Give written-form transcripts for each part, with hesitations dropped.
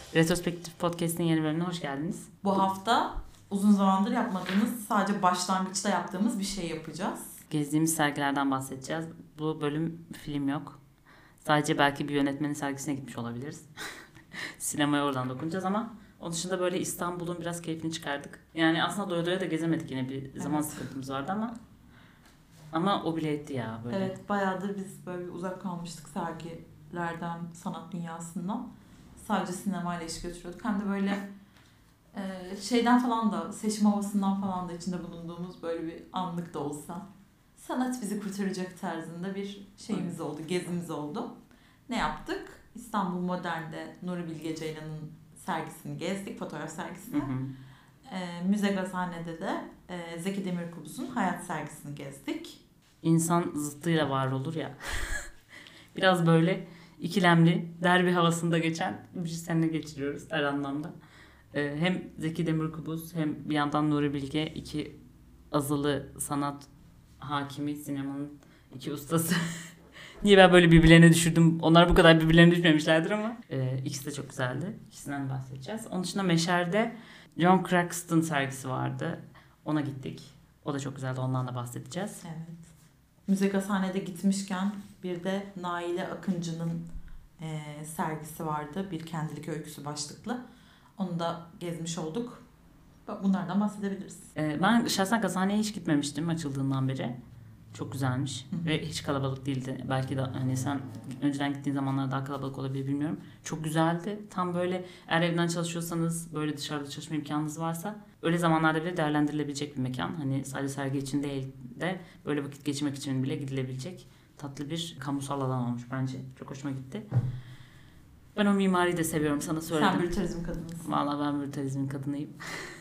Retrospektif Podcast'in yeni bölümüne hoş geldiniz. Bu hafta uzun zamandır yapmadığımız, sadece başlangıçta yaptığımız bir şey yapacağız. Gezdiğimiz sergilerden bahsedeceğiz. Bu bölüm film yok. Sadece belki bir yönetmenin sergisine gitmiş olabiliriz. Sinemaya oradan dokunacağız ama onun dışında böyle İstanbul'un biraz keyfini çıkardık. Yani aslında doya doya da gezemedik, yine bir zaman sıkıntımız vardı ama o bile etti ya böyle. Evet, bayağıdır biz böyle bir uzak kalmıştık sergilerden, sanat dünyasından. Sadece sinemayla iş götürüyorduk. Hem de böyle şeyden falan da, seçim havasından falan da içinde bulunduğumuz böyle bir anlık da olsa sanat bizi kurtaracak tarzında bir şeyimiz oldu, gezimiz oldu. Ne yaptık? İstanbul Modern'de Nuri Bilge Ceylan'ın sergisini gezdik, fotoğraf sergisini. Müze Gazhane'de de Zeki Demirkubuz'un hayat sergisini gezdik. İnsan zıttıyla var olur ya. Biraz böyle ikilemli, derbi havasında geçen bir sene geçiriyoruz her anlamda. Hem Zeki Demirkubuz hem bir yandan Nuri Bilge, iki azılı sanat hakimi, sinemanın iki ustası. Niye ben böyle birbirlerine düşürdüm? Onlar bu kadar birbirlerine düşmemişlerdir ama. İkisi de çok güzeldi. İkisinden bahsedeceğiz. Onun dışında Meşer'de John Craxton sergisi vardı. Ona gittik. O da çok güzeldi. Ondan da bahsedeceğiz. Evet. Müze Gazhane'de gitmişken bir de Naile Akıncı'nın sergisi vardı. Bir kendilik öyküsü başlıklı. Onu da gezmiş olduk. Bunlardan bahsedebiliriz. Ben şahsen Gazhane'ye hiç gitmemiştim açıldığından beri. Çok güzelmiş. Ve hiç kalabalık değildi. Belki de hani sen önceden gittiğin zamanlarda daha kalabalık olabilir, bilmiyorum. Çok güzeldi. Tam böyle eğer evden çalışıyorsanız, böyle dışarıda çalışma imkanınız varsa öyle zamanlarda bile değerlendirilebilecek bir mekan. Hani sadece sergi için değil de böyle vakit geçirmek için bile gidilebilecek tatlı bir kamusal alan olmuş bence. Çok hoşuma gitti. Ben o mimariyi de seviyorum, sana söyledim. Sen brutalizm kadınısın. Vallahi ben brutalizmin kadınıyım.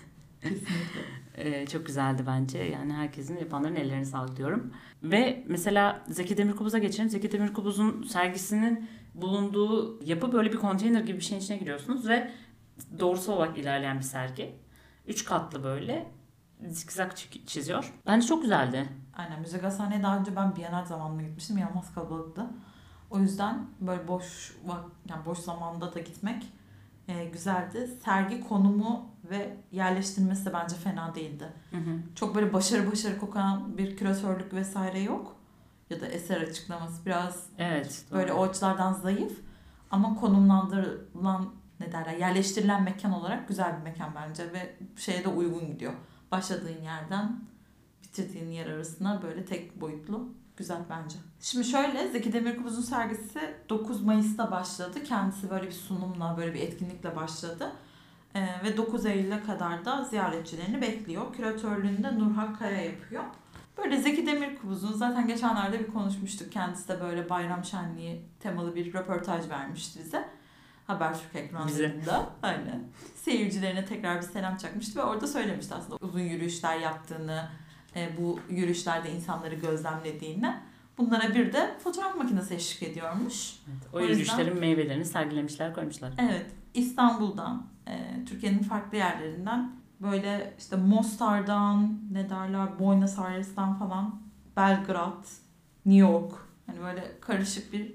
Kesinlikle. Çok güzeldi bence. Yani herkesin, yapanların ellerine sağlık diyorum. Ve mesela Zeki Demirkubuz'a geçelim. Zeki Demirkubuz'un sergisinin bulunduğu yapı böyle bir konteyner gibi bir şeyin içine giriyorsunuz ve doğrusal olarak ilerleyen bir sergi. 3 katlı böyle zikzak çiziyor. Bence çok güzeldi. Aynen. Müze Gazhane'ye daha önce ben Bienal zamanında gitmiştim. İnanılmaz kalabalıktı. O yüzden böyle boş zamanda da gitmek güzeldi. Sergi konumu ve yerleştirmesi de bence fena değildi. Çok böyle başarı kokan bir küratörlük vesaire yok. Ya da eser açıklaması biraz böyle o açılardan zayıf. Ama konumlandırılan, yerleştirilen mekan olarak güzel bir mekan bence ve şeye de uygun gidiyor. Başladığın yerden bitirdiğin yer arasında böyle tek boyutlu. Güzel bence. Şimdi şöyle, Zeki Demirkubuz'un sergisi 9 Mayıs'ta başladı. Kendisi böyle bir sunumla, böyle bir etkinlikle başladı. Ve 9 Eylül'e kadar da ziyaretçilerini bekliyor. Küratörlüğünü de Nurhak Kaya yapıyor. Böyle Zeki Demirkubuz'un, zaten geçenlerde bir konuşmuştuk. Kendisi de böyle bayram şenliği temalı bir röportaj vermişti bize. Habertürk ekranlarında. Aynen. Seyircilerine tekrar bir selam çakmıştı ve orada söylemişti aslında uzun yürüyüşler yaptığını, bu yürüyüşlerde insanları gözlemlediğini. Bunlara bir de fotoğraf makinesi eşlik ediyormuş. Evet, o yürüyüşlerin meyvelerini sergilemişler, koymuşlar. Evet, İstanbul'dan, Türkiye'nin farklı yerlerinden, böyle işte Mostar'dan, Buenos Aires'ten falan, Belgrad, New York, hani böyle karışık bir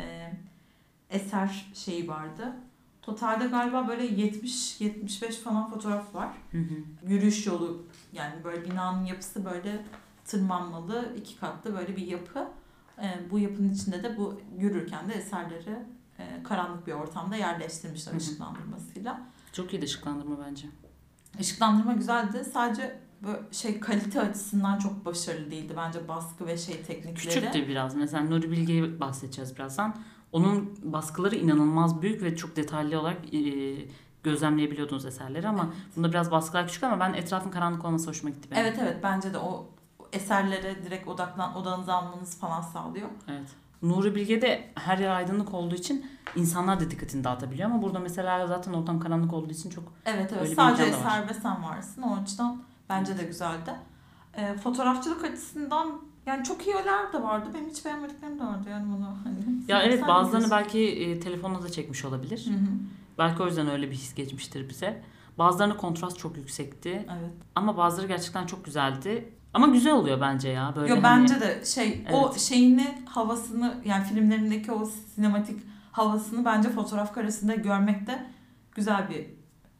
eser şeyi vardı. Totalde galiba böyle 70-75 falan fotoğraf var. Yürüyüş yolu, yani böyle binanın yapısı böyle tırmanmalı, 2 katlı böyle bir yapı. Bu yapının içinde de bu yürürken de eserleri karanlık bir ortamda yerleştirmişler ışıklandırmasıyla. Çok iyi de ışıklandırma bence. Işıklandırma güzeldi. Sadece böyle kalite açısından çok başarılı değildi. Bence baskı ve teknikleri. Küçüktü biraz. Mesela Nuri Bilge'yi bahsedeceğiz birazdan. Onun baskıları inanılmaz büyük ve çok detaylı olarak gözlemleyebiliyordunuz eserleri ama bunda biraz baskılar küçük ama ben etrafın karanlık olması hoşuma gitti benim. Evet, bence de o eserlere direkt odanızı almanızı falan sağlıyor. Evet. Nuri Bilge'de her yer aydınlık olduğu için insanlar da dikkatini dağıtabiliyor ama burada mesela zaten ortam karanlık olduğu için çok Evet, sadece eser ve sen varsın. O açıdan bence de güzeldi. Fotoğrafçılık açısından yani çok iyi yerler de vardı. Benim hiç beğenmediklerim de vardı yani bunu. Ya evet, bazılarını belki telefonla da çekmiş olabilir. Belki o yüzden öyle bir his geçmiştir bize. Bazılarının kontrast çok yüksekti. Evet. Ama bazıları gerçekten çok güzeldi. Ama güzel oluyor bence ya. Böyle bence de o şeyini, havasını, yani filmlerindeki o sinematik havasını bence fotoğraf karesinde görmek de güzel bir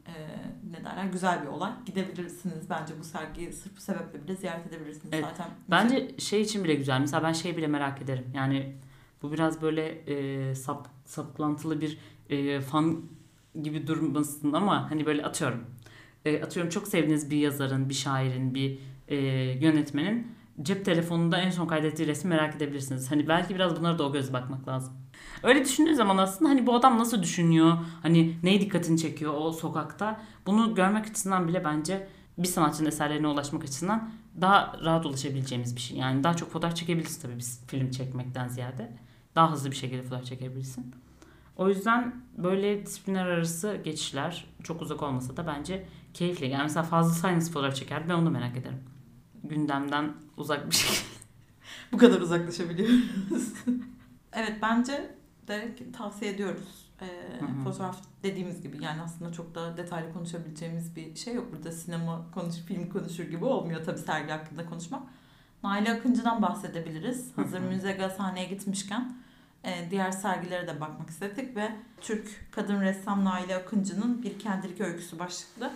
ne derler, güzel bir olay. Gidebilirsiniz bence bu sergiyi sırf bu sebeple bile ziyaret edebilirsiniz Evet. zaten. Bence şey için bile güzel. Mesela ben şey bile merak ederim. Yani bu biraz böyle saplantılı bir fan gibi durmasın ama hani böyle atıyorum. Atıyorum çok sevdiğiniz bir yazarın, bir şairin, bir yönetmenin cep telefonunda en son kaydettiği resmi merak edebilirsiniz. Hani belki biraz bunlara da o gözle bakmak lazım. Öyle düşündüğün zaman aslında hani bu adam nasıl düşünüyor? Hani neye dikkatini çekiyor o sokakta? Bunu görmek açısından bile bence bir sanatçının eserlerine ulaşmak açısından daha rahat ulaşabileceğimiz bir şey. Yani daha çok fotoğraf çekebilirsin tabii biz film çekmekten ziyade. Daha hızlı bir şekilde fotoğraf çekebilirsin. O yüzden böyle disiplinler arası geçişler çok uzak olmasa da bence keyifli. Yani mesela Fazıl Say nasıl fotoğraf çekerdi ben onu merak ederim. Gündemden uzak bir şey. Bu kadar uzaklaşabiliyoruz. Evet, bence de tavsiye ediyoruz. Fotoğraf dediğimiz gibi yani aslında çok da detaylı konuşabileceğimiz bir şey yok. Burada sinema film konuşur gibi olmuyor tabii sergi hakkında konuşmak. Naile Akıncı'dan bahsedebiliriz. Hazır Müze Gazhane'ye gitmişken diğer sergilere de bakmak istedik ve Türk kadın ressam Naile Akıncı'nın Bir Kendilik Öyküsü başlıklı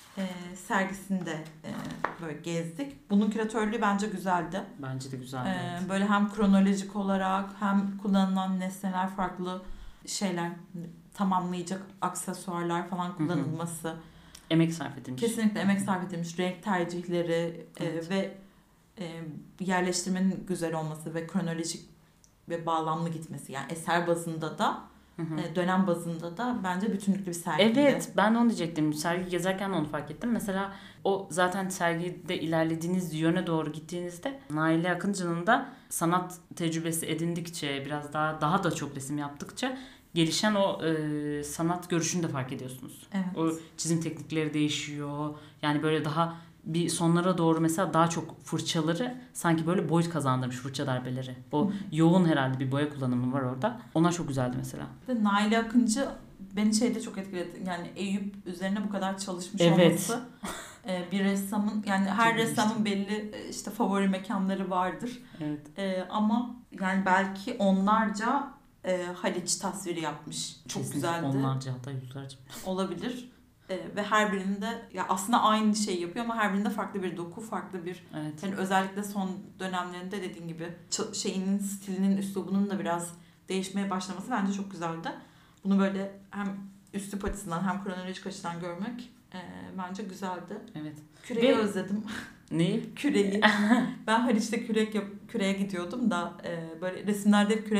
sergisinde böyle gezdik. Bunun küratörlüğü bence güzeldi. Bence de güzeldi. Böyle hem kronolojik olarak hem kullanılan nesneler farklı şeyler, tamamlayacak aksesuarlar falan kullanılması. Emek sarf edilmiş. Kesinlikle emek sarf edilmiş. Renk tercihleri ve yerleştirmenin güzel olması ve kronolojik ve bağlamlı gitmesi. Yani eser bazında da dönem bazında da bence bütünlüklü bir sergiydi. Evet, ben de onu diyecektim. Sergi gezerken onu fark ettim. Mesela o zaten sergide ilerlediğiniz yöne doğru gittiğinizde Naile Akıncı'nın da sanat tecrübesi edindikçe biraz daha da çok resim yaptıkça gelişen o sanat görüşünü de fark ediyorsunuz. Evet. O çizim teknikleri değişiyor. Yani böyle daha bir sonlara doğru mesela daha çok fırçaları sanki böyle boyut kazandırmış fırça darbeleri. O yoğun herhalde bir boya kullanımı var orada. Onlar çok güzeldi mesela. Ve Naile Akıncı beni şeyde çok etkiledi. Yani Eyüp üzerine bu kadar çalışmış Evet. olması. Bir ressamın yani her ressamın belli işte favori mekanları vardır. Evet. Ama yani belki onlarca Haliç tasviri yapmış. Çok Kesinlikle güzeldi. onlarca hatta yüzlerce. Olabilir. Ve her birinde ya aslında aynı şeyi yapıyor ama her birinde farklı bir doku, farklı bir Evet. yani özellikle son dönemlerinde dediğin gibi stilinin, üslubunun da biraz değişmeye başlaması bence çok güzeldi. Bunu böyle hem üslup açısından hem kronolojik açıdan görmek bence güzeldi. Evet. Küreği özledim. Neyi? Küreği. Ben Haliç'te küreğe gidiyordum da böyle resimlerde hep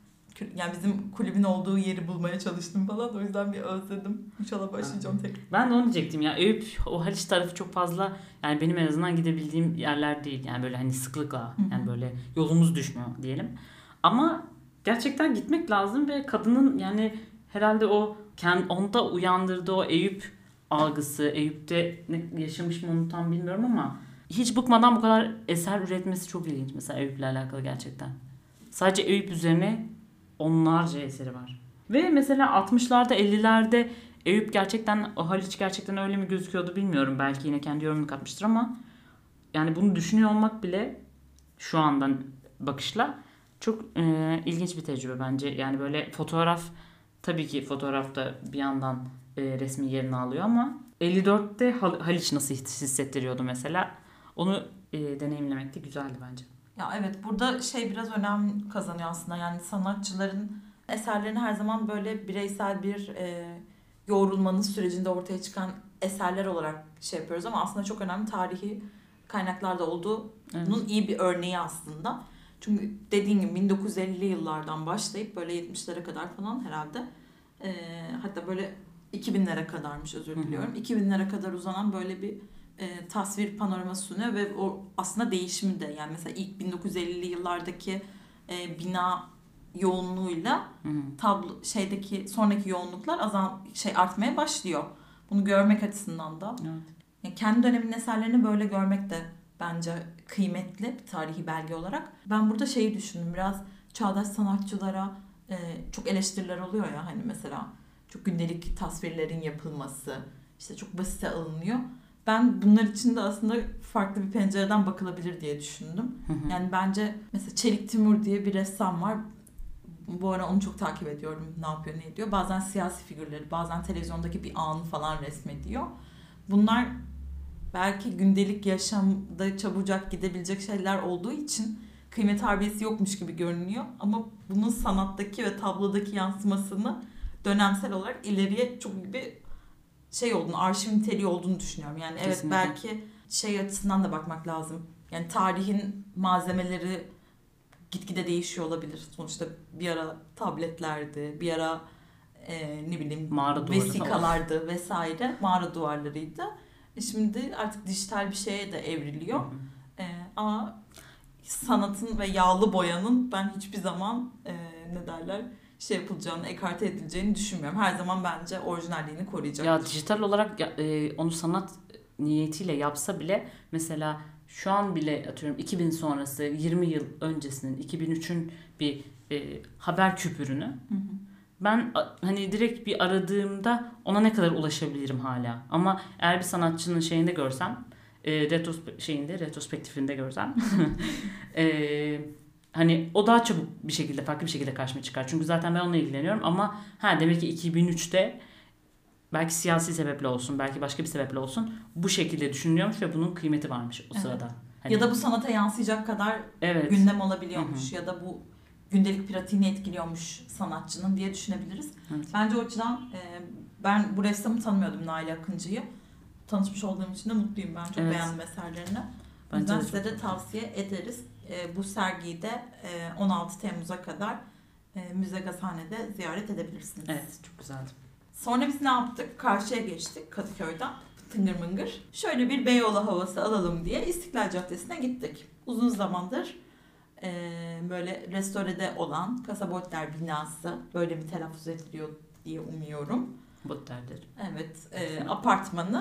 yani bizim kulübün olduğu yeri bulmaya çalıştım falan. O yüzden bir özledim. İnşallah başlayacağım tekrar. Ben de onu diyecektim ya. Eyüp o Haliç tarafı çok fazla yani benim en azından gidebildiğim yerler değil. Yani böyle hani sıklıkla yani böyle yolumuz düşmüyor diyelim. Ama gerçekten gitmek lazım ve kadının yani herhalde o onda uyandırdığı o Eyüp algısı, Eyüp'te ne yaşamış mı onu tam bilmiyorum ama hiç bıkmadan bu kadar eser üretmesi çok ilginç mesela Eyüp'le alakalı gerçekten. Sadece Eyüp üzerine onlarca eseri var. Ve mesela 60'larda 50'lerde Eyüp gerçekten o Haliç gerçekten öyle mi gözüküyordu bilmiyorum. Belki yine kendi yorumunu katmıştır ama yani bunu düşünüyor olmak bile şu andan bakışla çok ilginç bir tecrübe bence. Yani böyle fotoğraf tabii ki fotoğrafta bir yandan resmi yerini alıyor ama 54'te Haliç nasıl hissettiriyordu mesela. Onu deneyimlemek de güzeldi bence. Ya evet burada biraz önem kazanıyor aslında yani sanatçıların eserlerini her zaman böyle bireysel bir yoğrulmanın sürecinde ortaya çıkan eserler olarak yapıyoruz ama aslında çok önemli tarihi kaynaklarda olduğunun iyi bir örneği aslında. Çünkü dediğim gibi 1950'li yıllardan başlayıp böyle 70'lere kadar falan herhalde hatta böyle 2000'lere kadarmış özür diliyorum. 2000'lere kadar uzanan böyle bir tasvir panoraması sunuyor ve o aslında değişimi de yani mesela ilk 1950'li yıllardaki bina yoğunluğuyla sonraki yoğunluklar artmaya başlıyor. Bunu görmek açısından da. Evet. Yani kendi dönemin eserlerini böyle görmek de bence kıymetli bir tarihi belge olarak. Ben burada düşündüm biraz çağdaş sanatçılara çok eleştiriler oluyor ya hani mesela çok gündelik tasvirlerin yapılması işte çok basite alınıyor. Ben bunlar için de aslında farklı bir pencereden bakılabilir diye düşündüm. Yani bence mesela Çelik Timur diye bir ressam var. Bu ara onu çok takip ediyorum. Ne yapıyor, ne ediyor. Bazen siyasi figürleri, bazen televizyondaki bir anı falan resmediyor. Bunlar belki gündelik yaşamda çabucak gidebilecek şeyler olduğu için kıymet harbiyesi yokmuş gibi görünüyor. Ama bunun sanattaki ve tablodaki yansımasını dönemsel olarak ileriye çok bir şey olduğunu, arşiv niteliği olduğunu düşünüyorum. Yani evet, Kesinlikle. belki şey açısından da bakmak lazım. Yani tarihin malzemeleri gitgide değişiyor olabilir. Sonuçta bir ara tabletlerdi, bir ara ne bileyim Mağara duvarı vesikalardı vesaire, mağara duvarlarıydı. Şimdi artık dijital bir şeye de evriliyor. Ama sanatın ve yağlı boyanın ben hiçbir zaman ne derler şey yapılacağını, ekarte edileceğini düşünmüyorum. Her zaman bence orijinalliğini koruyacak. Ya dijital olarak onu sanat niyetiyle yapsa bile mesela şu an bile atıyorum 2000 sonrası 20 yıl öncesinin 2003'ün bir haber küpürünü ben hani direkt bir aradığımda ona ne kadar ulaşabilirim hala. Ama eğer bir sanatçının şeyinde görsem retrospektifinde görsem hani o daha çabuk bir şekilde farklı bir şekilde karşıma çıkar. Çünkü zaten ben onunla ilgileniyorum ama demek ki 2003'te belki siyasi sebeple olsun, belki başka bir sebeple olsun bu şekilde düşünülüyormuş ve bunun kıymeti varmış o sırada. Hani, ya da bu sanata yansıyacak kadar gündem olabiliyormuş. Ya da bu gündelik pratiğini etkiliyormuş sanatçının diye düşünebiliriz. Evet. Bence o açıdan ben bu ressamı tanımıyordum, Nail Akıncı'yı. Tanışmış olduğum için de mutluyum. Ben çok beğendim eserlerini. O yüzden size de tavsiye ederiz. Bu sergiyi de 16 Temmuz'a kadar Müze Gazhane'de ziyaret edebilirsiniz. Evet, çok güzeldi. Sonra biz ne yaptık? Karşıya geçtik Kadıköy'den. Tıngır mıngır. Şöyle bir Beyoğlu havası alalım diye İstiklal Caddesi'ne gittik. Uzun zamandır böyle restorede olan Kasabotter binası, böyle mi telaffuz ediliyor diye umuyorum. Botter'dir. Evet, apartmanı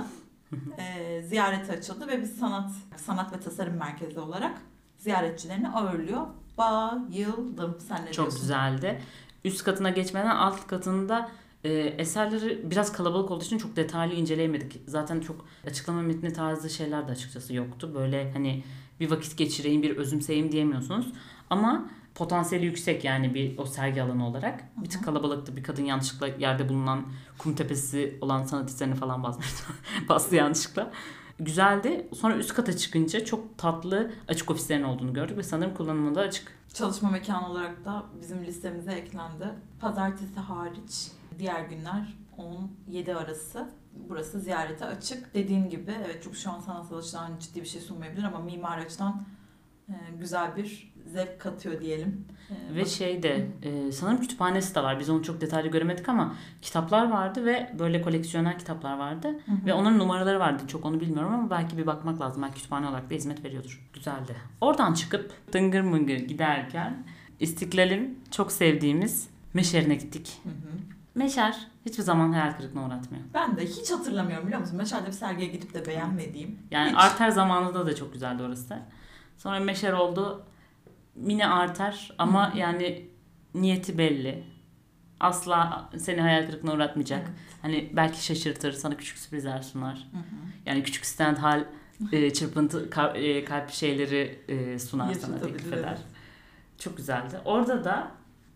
ziyarete açıldı ve biz sanat ve tasarım merkezi olarak ziyaretçilerini ağırlıyor. Bayıldım. Sen ne Çok diyorsun? güzeldi. Üst katına geçmeden alt katında eserleri biraz kalabalık olduğu için çok detaylı inceleyemedik. Zaten çok açıklama metni tarzı şeyler de açıkçası yoktu. Böyle hani bir vakit geçireyim, bir özümseyeyim diyemiyorsunuz. Ama potansiyeli yüksek yani bir o sergi alanı olarak. Bir tık kalabalıktı. Bir kadın yanlışlıkla yerde bulunan kum tepesi olan sanat eserini falan basmıştı. Bastı yanlışlıkla. Güzeldi. Sonra üst kata çıkınca çok tatlı açık ofislerin olduğunu gördük ve sanırım kullanımı da açık. Çalışma mekanı olarak da bizim listemize eklendi. Pazartesi hariç diğer günler 10-7 arası burası ziyarete açık. Dediğim gibi evet, çok şu an sanatsal açıdan ciddi bir şey sunmayabilir ama mimari açıdan güzel bir zevk katıyor diyelim. Ve sanırım kütüphanesi de var. Biz onu çok detaylı göremedik ama kitaplar vardı ve böyle koleksiyonel kitaplar vardı. Ve onların numaraları vardı. Çok onu bilmiyorum ama belki bir bakmak lazım. Belki kütüphane olarak da hizmet veriyordur. Güzeldi. Oradan çıkıp tıngır mıngır giderken İstiklal'in çok sevdiğimiz Meşer'ine gittik. Meşer hiçbir zaman hayal kırıklığına uğratmıyor. Ben de hiç hatırlamıyorum, biliyor musun? Meşer'de bir sergiye gidip de beğenmediğim. Yani hiç. Arter zamanında da çok güzeldi orası. Sonra Meşer oldu. Mini Arter ama yani niyeti belli. Asla seni hayal kırıklığına uğratmayacak. Evet. Hani belki şaşırtır, sana küçük sürprizler sunar. Yani küçük stand hal, çırpıntı, kalp şeyleri sunar sana, teklif eder. Evet. Çok güzeldi. Orada da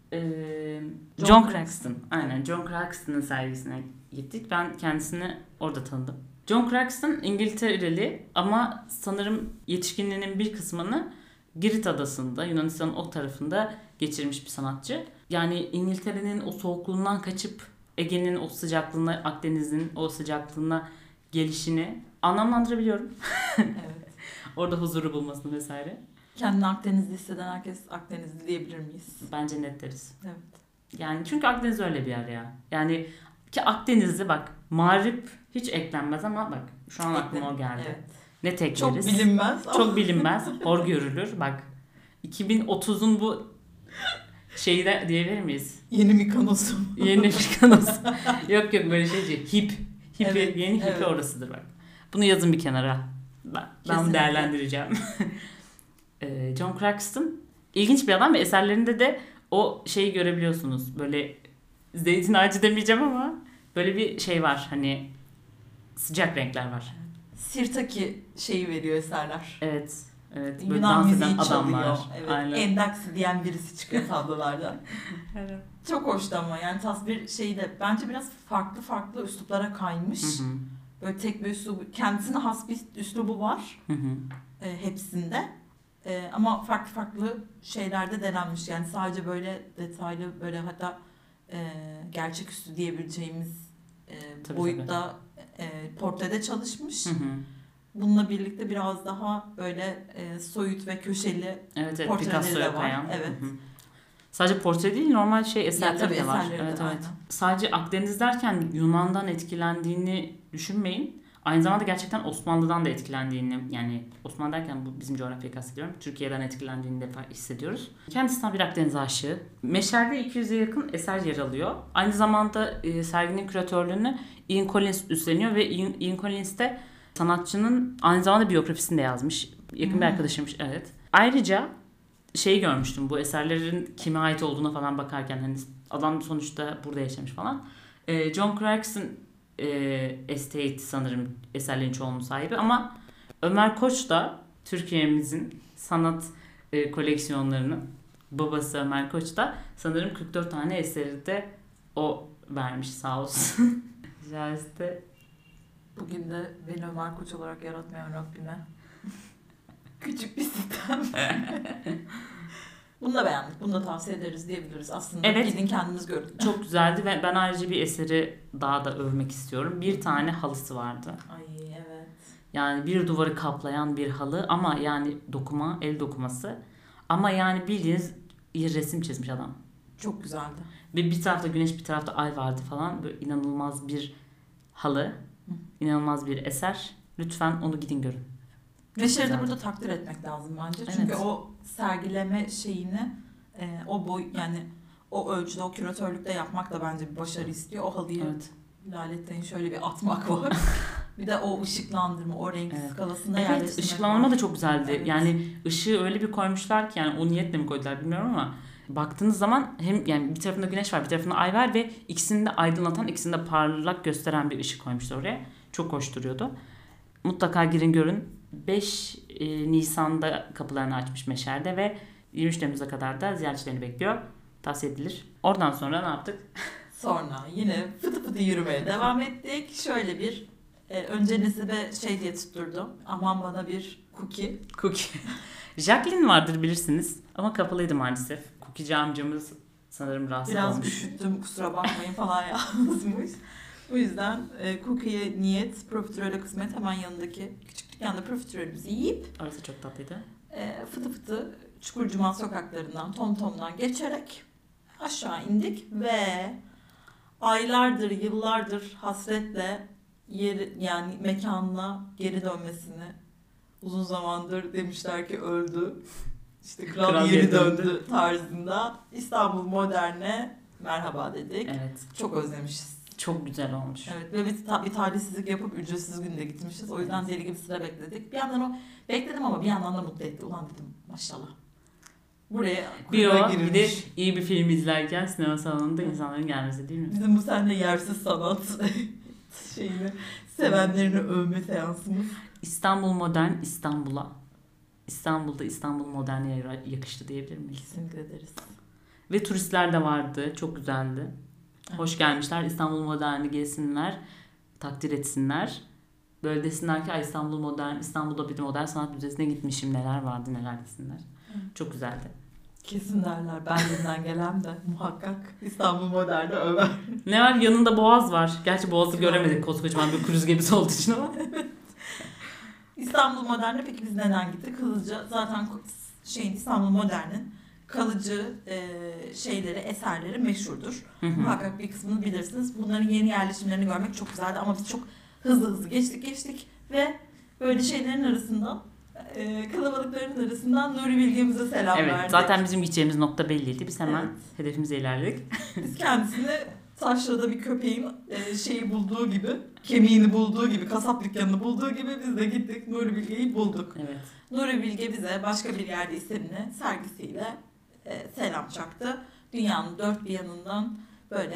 John Craxton. Aynen, John Craxton'ın sergisine gittik. Ben kendisini orada tanıdım. John Craxton İngiltereli ama sanırım yetişkinliğinin bir kısmını Girit Adası'nda, Yunanistan'ın o tarafında geçirmiş bir sanatçı. Yani İngiltere'nin o soğukluğundan kaçıp Ege'nin o sıcaklığına, Akdeniz'in o sıcaklığına gelişini anlamlandırabiliyorum. Evet. Orada huzuru bulmasını vesaire. Kendini Akdenizli hisseden herkes Akdenizli diyebilir miyiz? Bence net deriz. Evet. Yani çünkü Akdeniz öyle bir yer ya. Yani ki Akdeniz'de bak mağrip hiç eklenmez ama bak şu an aklıma o geldi. Evet. Ne tekleriz. Çok bilinmez. Çok bilinmez. Hor görülür. Bak 2030'un bu şeyi de diyebilir miyiz? Yeni Mikonos'u. Yeni Mikonos. Yok böyle şeyci. Hippi. Evet, Yeni hippi evet. orasıdır bak. Bunu yazın bir kenara. Ben bunu Kesinlikle. değerlendireceğim. John Craxton ilginç bir adam ve eserlerinde de o şeyi görebiliyorsunuz. Böyle zeytin ağacı demeyeceğim ama böyle bir şey var. Hani sıcak renkler var. Sirtaki şeyi veriyor eserler. Evet. Evet, böyle Yunan dans eden müziği çalıyor. adamlar. Evet. Aynen. Endaksi diyen birisi çıkıyor tablolarda. Evet. Çok hoştu ama yani tasvir şeyi de bence biraz farklı üsluplara kaymış. Hı hı. Böyle tek bir üslubu, kendisine has bir üslubu var Hı hı. hepsinde. Ama farklı şeylerde denenmiş. Yani sadece böyle detaylı böyle hatta gerçeküstü diyebileceğimiz Tabii, boyutta portrede çalışmış. Hı hı. Bununla birlikte biraz daha böyle soyut ve köşeli Evet, portreleri Picasso'ya de var. kayan. Evet. Hı hı. Sadece portre değil, normal Ya eserleri tabii de var. eserleri Evet, de evet. aynen. Sadece Akdeniz derken Yunan'dan etkilendiğini düşünmeyin. Aynı zamanda gerçekten Osmanlı'dan da etkilendiğini, yani Osmanlı derken bu bizim coğrafyayı kastediyorum. Türkiye'den etkilendiğini de hissediyoruz. Kendisi tam bir Akdeniz aşığı. Meşer'de 200'e yakın eser yer alıyor. Aynı zamanda serginin küratörlüğünü Ian Collins üstleniyor ve Ian Collins de sanatçının aynı zamanda biyografisini de yazmış. Yakın bir arkadaşıymış, evet. Ayrıca görmüştüm, bu eserlerin kime ait olduğuna falan bakarken, hani adam sonuçta burada yaşamış falan. John Clarkson Estate sanırım eserlerin çoğunluğunun sahibi, ama Ömer Koç da Türkiye'mizin sanat koleksiyonlarının babası. Ömer Koç da sanırım 44 tane eseri de o vermiş, sağ olsun. Jeste. Bugün de beni Ömer Koç olarak yaratmayan Rabbime küçük bir sitem. Bunu da beğendik. Bunu da tavsiye ederiz diyebiliriz. Aslında Evet. gidin kendiniz görün. Çok güzeldi ve ben ayrıca bir eseri daha da övmek istiyorum. Bir tane halısı vardı. Ay evet. Yani bir duvarı kaplayan bir halı, ama yani dokuma, el dokuması. Ama yani bildiğiniz bir resim çizmiş adam. Çok güzeldi. Ve bir tarafta güneş, bir tarafta ay vardı falan. Böyle inanılmaz bir halı. İnanılmaz bir eser. Lütfen onu gidin görün. Meşer'i de güzeldi. burada takdir etmek lazım bence. Evet. Çünkü o sergileme şeyini o boy yani o ölçüde, o küratörlükte yapmak da bence bir başarı istiyor. O halıyı Evet. Laletten şöyle bir atmak var. Bir de o ışıklandırma, o renk Evet. skalasında Evet, yerleştirmek ışıklandırma var. da çok güzeldi. Evet. Yani ışığı öyle bir koymuşlar ki, yani o niyetle mi koydular bilmiyorum ama baktığınız zaman hem yani bir tarafında güneş var, bir tarafında ay var ve ikisini de aydınlatan, ikisini de parlak gösteren bir ışık koymuşlar oraya. Çok hoş duruyordu. Mutlaka girin görün. 5 Nisan'da kapılarını açmış Meşer'de ve 23 Temmuz'a kadar da ziyaretçilerini bekliyor. Tavsiye edilir. Oradan sonra ne yaptık? Sonra yine fıtı fıtı yürümeye devam ettik. Şöyle bir önce Nesibe şey diye tutturdu. Aman bana bir cookie. Cookie. Jacqueline vardır, bilirsiniz. Ama kapalıydı maalesef. Cookie'ci amcamız sanırım rahatsız Biraz olmuş. üşüttüm kusura bakmayın falan yazmış. Bu yüzden cookie'ye niyet, profiterole kısmet, hemen yanındaki küçük dükkanda profiterolümüzü yiyip Orası çok tatlıydı. fıtı fıtı Çukurcuma sokaklarından, Tomtom'dan geçerek aşağı indik ve aylardır, yıllardır hasretle yani mekanına geri dönmesini, uzun zamandır demişler ki öldü. İşte kral geri döndü tarzında İstanbul Modern'e merhaba dedik. Evet. Çok özlemişiz. Çok güzel olmuş. Evet ve biz bir talihsizlik yapıp ücretsiz günde gitmişiz. O yüzden deli gibi sıra bekledik. Bir yandan o bekledim ama bir yandan da mutlu etti. Ulan dedim maşallah. Buraya Bir kuyruğa o, bir de girilmiş. iyi bir film izlerken sinema salonunda insanların gelmesi, değil mi? Bizim bu sene yersiz sanat şeyini sevenlerini övme seansımız. İstanbul Modern İstanbul'da İstanbul Modern'e yakıştı diyebilir miyiz? Kesinlikle deriz. Ve turistler de vardı. Çok güzeldi. Evet. Hoş gelmişler. İstanbul Modern'i gezsinler. Takdir etsinler. Böyle desinler ki, ay İstanbul Modern, İstanbul'da bir modern sanat müzesine gitmişim. Neler vardı, neler desinler. Çok güzeldi. Kesin derler Berlin'den gelen de muhakkak İstanbul Modern'de över. Ne var? Yanında Boğaz var. Gerçi Boğaz'ı göremedik koskocaman bir kruz gemisi olduğu için ama. İstanbul Modern'e peki biz neden gittik? Hızlıca zaten İstanbul Modern'in kalıcı şeyleri, eserleri meşhurdur. Muhakkak bir kısmını bilirsiniz. Bunların yeni yerleşimlerini görmek çok güzeldi ama biz çok hızlı geçtik ve böyle şeylerin arasından kalabalıkların arasından Nuri Bilge'mize selam Evet, verdik. zaten bizim gideceğimiz nokta belliydi. Biz hemen hedefimize ilerledik. Biz kendisini taşrada bir köpeğin şeyi bulduğu gibi, kemiğini bulduğu gibi, kasap dükkanını bulduğu gibi biz de gittik Nuri Bilge'yi bulduk. Evet. Nuri Bilge bize başka bir yerde isimli sergisiyle selam çaktı. Dünyanın dört bir yanından böyle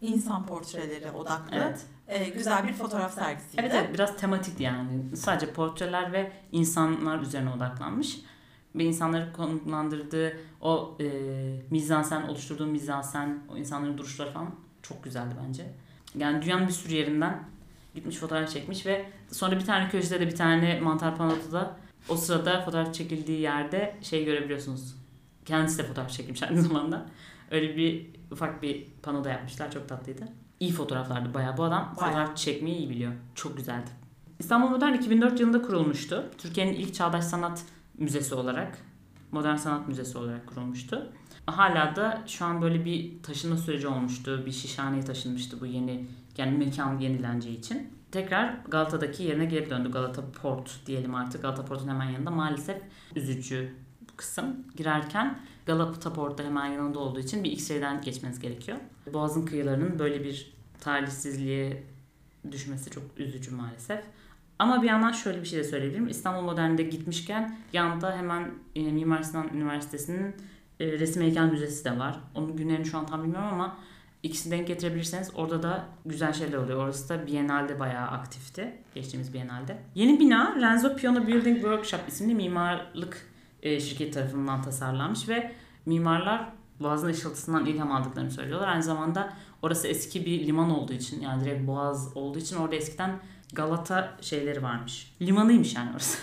İnsan portreleri odaklı. Evet. Güzel bir fotoğraf sergisiydi. Evet, biraz tematikti yani. Sadece portreler ve insanlar üzerine odaklanmış. Ve insanları konumlandırdığı o mizansen, oluşturduğu mizansen, o insanların duruşları falan çok güzeldi bence. Yani dünyanın bir sürü yerinden gitmiş fotoğraf çekmiş ve sonra bir tane köşede de bir tane mantar panoda da o sırada fotoğraf çekildiği yerde görebiliyorsunuz. Kendisi de fotoğraf çekmiş aynı zamanda. Öyle bir ufak bir panoda yapmışlar. Çok tatlıydı. İyi fotoğraflardı bayağı. Bu adam fotoğraf çekmeyi iyi biliyor. Çok güzeldi. İstanbul Modern 2004 yılında kurulmuştu. Türkiye'nin ilk çağdaş sanat müzesi olarak, modern sanat müzesi olarak kurulmuştu. Hala da şu an böyle bir taşınma süreci olmuştu. Bir Şişhane'ye taşınmıştı bu yeni, yani mekan yenileneceği için. Tekrar Galata'daki yerine geri döndü. Galata Port diyelim artık. Galata Port'un hemen yanında. Maalesef üzücü kısım. Girerken Galata Port'ta hemen yanında olduğu için bir X-ray'den geçmeniz gerekiyor. Boğaz'ın kıyılarının böyle bir talihsizliğe düşmesi çok üzücü maalesef. Ama bir yandan şöyle bir şey de söyleyebilirim. İstanbul Modern'de gitmişken yanında hemen Mimar Sinan Üniversitesi'nin Resim Heykel Müzesi de var. Onun günlerini şu an tam bilmiyorum ama ikisini denk getirebilirseniz orada da güzel şeyler oluyor. Orası da Biennale'de bayağı aktifti. Geçtiğimiz Biennale'de. Yeni bina Renzo Piano Building Workshop isimli mimarlık şirketi tarafından tasarlanmış ve mimarlar Boğaz'ın ışıltısından ilham aldıklarını söylüyorlar. Aynı zamanda orası eski bir liman olduğu için, yani direkt Boğaz olduğu için orada eskiden Galata şeyleri varmış. Limanıymış yani orası.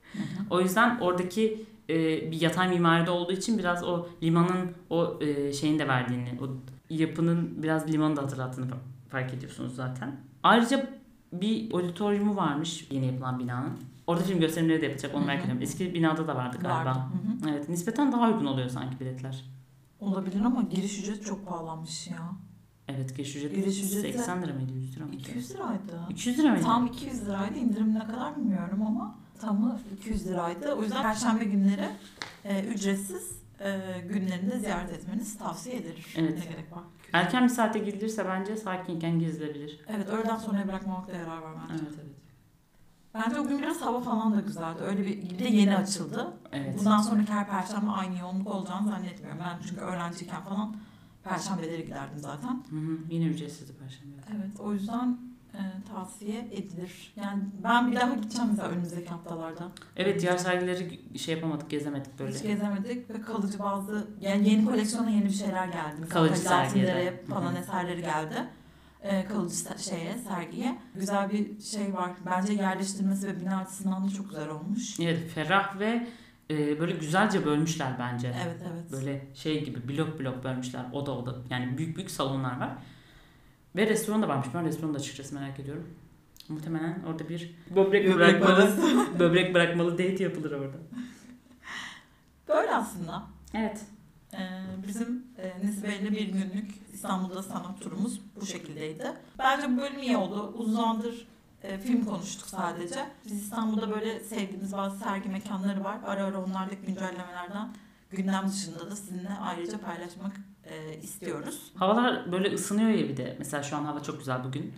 O yüzden oradaki bir yatay mimaride olduğu için biraz o limanın o şeyin de verdiğini, o yapının biraz limanı da hatırlattığını fark ediyorsunuz zaten. Ayrıca bir auditoriumu varmış yeni yapılan binanın. Orada film gösterimleri de yapacak, onu merak ediyorum. Eski binada da vardı galiba. Vardı. Evet, nispeten daha uygun oluyor sanki biletler. Olabilir ama giriş ücreti çok pahalanmış ya. Evet, giriş ücreti 80 lira mıydı, 100 lira mıydı? 200 liraydı. 200 lira mıydı? Tam 200 liraydı. İndirim ne kadar bilmiyorum ama tamı 200 liraydı. O yüzden Perşembe günleri ücretsiz günlerinde ziyaret etmeniz tavsiye edilir. Evet. Ne gerek var? Erken bir saatte gidilirse bence sakinken gezilebilir. Evet, öğleden sonra bırakmamakta yarar var bence. Evet. Bence o gün biraz hava falan da güzeldi. Öyle bir de yeni açıldı. Evet. Bundan sonraki her Perşembe aynı yoğunluk olacağını zannetmiyorum. Ben çünkü öğrenciyken falan Perşembeleri giderdim zaten. Yine ücretsizdi Perşembe. Evet, o yüzden tavsiye edilir. Yani ben bir daha gideceğim mesela önümüzdeki haftalarda. Evet, diğer sergileri yapamadık, gezemedik böyle. Hiç gezemedik ve kalıcı bazı, yani yeni koleksiyona yeni bir şeyler geldi. Mesela Kalıcı sergiye falan eserleri geldi. Kalıcı sergiye. Güzel bir şey var. Bence yerleştirmesi ve bina açısından da çok güzel olmuş. Evet, ferah ve böyle güzelce bölmüşler bence. Evet. Böyle şey gibi blok blok bölmüşler, oda. Yani büyük büyük salonlar var. Ve restoran da varmış. Ben restoranı da açıkçası merak ediyorum. Muhtemelen orada bir böbrek bırakmalı date yapılır orada. Böyle aslında. Evet. Bizim Nesibe'yle bir günlük İstanbul'da sanat turumuz bu şekildeydi. Bence bu bölüm iyi oldu. Uzun zamandır film konuştuk sadece. Biz İstanbul'da böyle sevdiğimiz bazı sergi mekanları var. Ara ara onlardaki güncellemelerden gündem dışında da sizinle ayrıca paylaşmak istiyoruz. Havalar böyle ısınıyor ya bir de. Mesela şu an hava çok güzel bugün.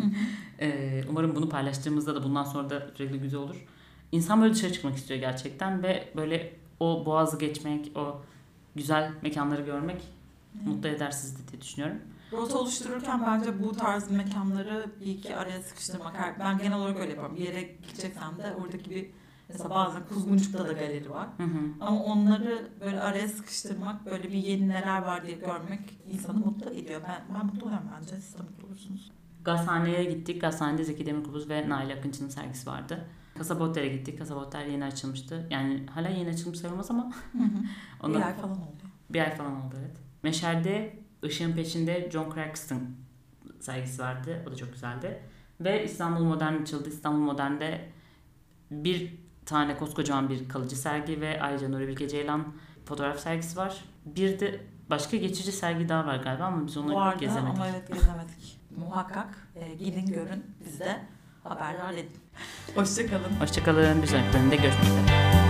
Umarım bunu paylaştığımızda da bundan sonra da sürekli güzel olur. İnsan böyle dışarı çıkmak istiyor gerçekten ve böyle o boğazı geçmek, o güzel mekanları görmek mutlu eder sizi diye düşünüyorum. Rota oluştururken bence bu tarz mekanları bir iki araya sıkıştırmak. Ben genel olarak öyle yapıyorum. Bir yere gideceksem de oradaki bir, mesela bazen Kuzguncuk'ta da galeri var. Ama onları böyle araya sıkıştırmak, böyle bir yeni neler var diye görmek insanı mutlu ediyor. Ben mutlu oluyorum bence. Siz de mutlu olursunuz. Gazhane'ye gittik. Gazhane'de Zeki Demirkubuz ve Nail Akıncı'nın sergisi vardı. Kasaba Otel'e gittik. Kasaba Otel yeni açılmıştı. Yani hala yeni açılmış sayılmaz ama. Bir ay falan oldu. Bir ay falan oldu, evet. Meşer'de Işığın Peşinde John Craxton sergisi vardı. O da çok güzeldi. Ve İstanbul Modern açıldı. İstanbul Modern'de bir tane koskocaman bir kalıcı sergi ve ayrıca Nuri Bilge Ceylan fotoğraf sergisi var. Bir de başka geçici sergi daha var galiba ama biz onu gezemedik. Ama evet gezemedik. Muhakkak gidin görün, biz de haberdar edin. Hoşçakalın. Hoşçakalın. Bir sonraki bölümde görüşmek üzere.